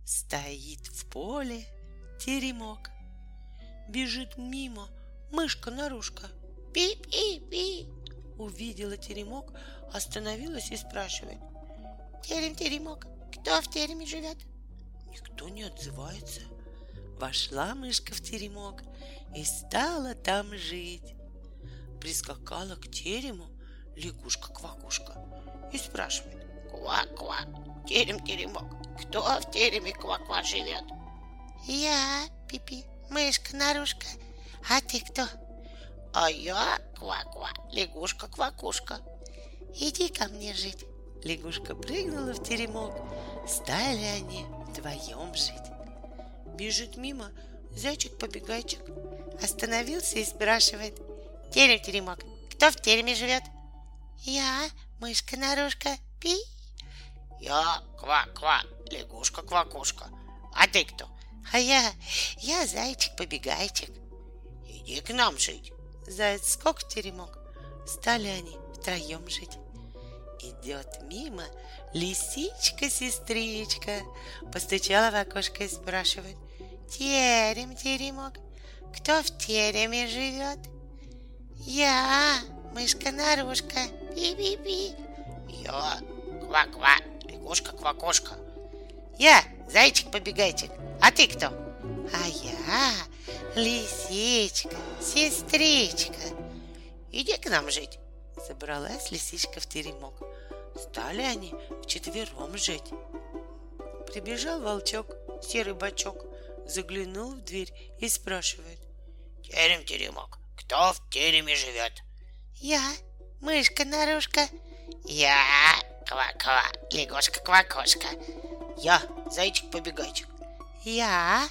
Стоит в поле теремок. Бежит мимо мышка-нарушка. Пи-пи-пи. Увидела теремок, остановилась и спрашивает: терем-теремок, кто в тереме живет? Никто не отзывается. Вошла мышка в теремок и стала там жить. Прискакала к терему лягушка-квакушка и спрашивает: ква-ква, терем-теремок, кто в тереме ква-ква живет? Я, Пипи, мышка-нарушка, а ты кто? А я, ква-ква, лягушка-квакушка. Иди ко мне жить. Лягушка прыгнула в теремок. Стали они вдвоем жить. Бежит мимо зайчик-побегайчик. Остановился и спрашивает: терем-теремок, кто в тереме живет? Я, мышка-нарушка, пи. Я, ква-ква, лягушка-квакушка. А ты кто? А я зайчик-побегайчик. Иди к нам жить. Заяц скок в теремок. Стали они втроем жить. Идет мимо лисичка-сестричка. Постучала в окошко и спрашивает: терем-теремок, кто в тереме живет? Я, мышка-нарушка, пи-пи-пи. Я, ква-ква, лягушка-квакушка. Я, зайчик-побегайчик. А ты кто? А я лисичка, сестричка. Иди к нам жить. Забралась лисичка в теремок. Стали они вчетвером жить. Прибежал волчок, серый бочок, заглянул в дверь и спрашивает: терем-теремок, кто в тереме живет? Я, мышка-нарушка. Я, ква-ква, лягушка-квакушка. Я, зайчик-побегайчик. Я,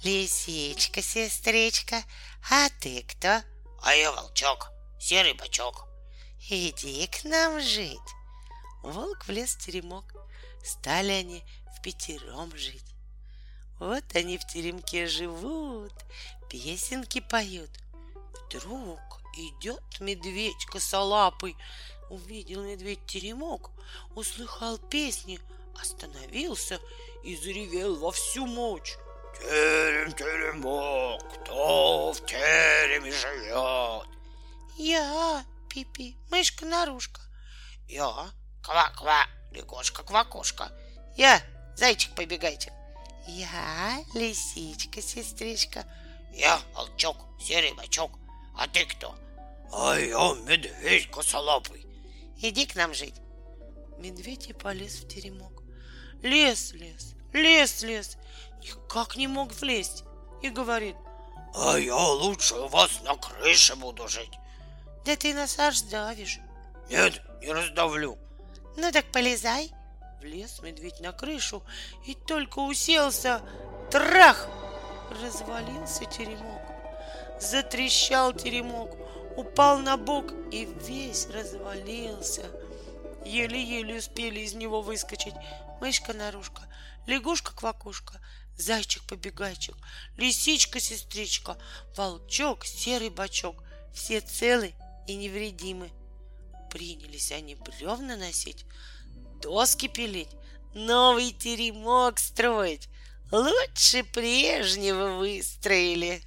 лисичка-сестричка. А ты кто? А я волчок, серый бочок. Иди к нам жить. Волк влез в теремок. Стали они впятером жить. Вот они в теремке живут, песенки поют. Вдруг идет медведь косолапый. Увидел медведь теремок, услыхал песни, остановился и заревел во всю мощь: терем-теремок, кто в тереме живет? Я, Пипи, мышка-нарушка. Я, ква-ква, лягушка-квакушка. Я, зайчик-побегайчик. Я, лисичка-сестричка. Я, волчок, серый бочок. А ты кто? А я медведь косолапый. Иди к нам жить. Медведь и полез в теремок. Лез, никак не мог влезть. И говорит: а я лучше у вас на крыше буду жить. Да ты нас аж сдавишь. Нет, не раздавлю. Ну так полезай. Влез медведь на крышу и только уселся, трах! Развалился теремок. Затрещал теремок, упал на бок и весь развалился. Еле-еле успели из него выскочить мышка-нарушка, лягушка-квакушка, зайчик-побегайчик, лисичка-сестричка, волчок, серый бочок. Все целы и невредимы. Принялись они бревна носить, доски пилить, новый теремок строить. Лучше прежнего выстроили.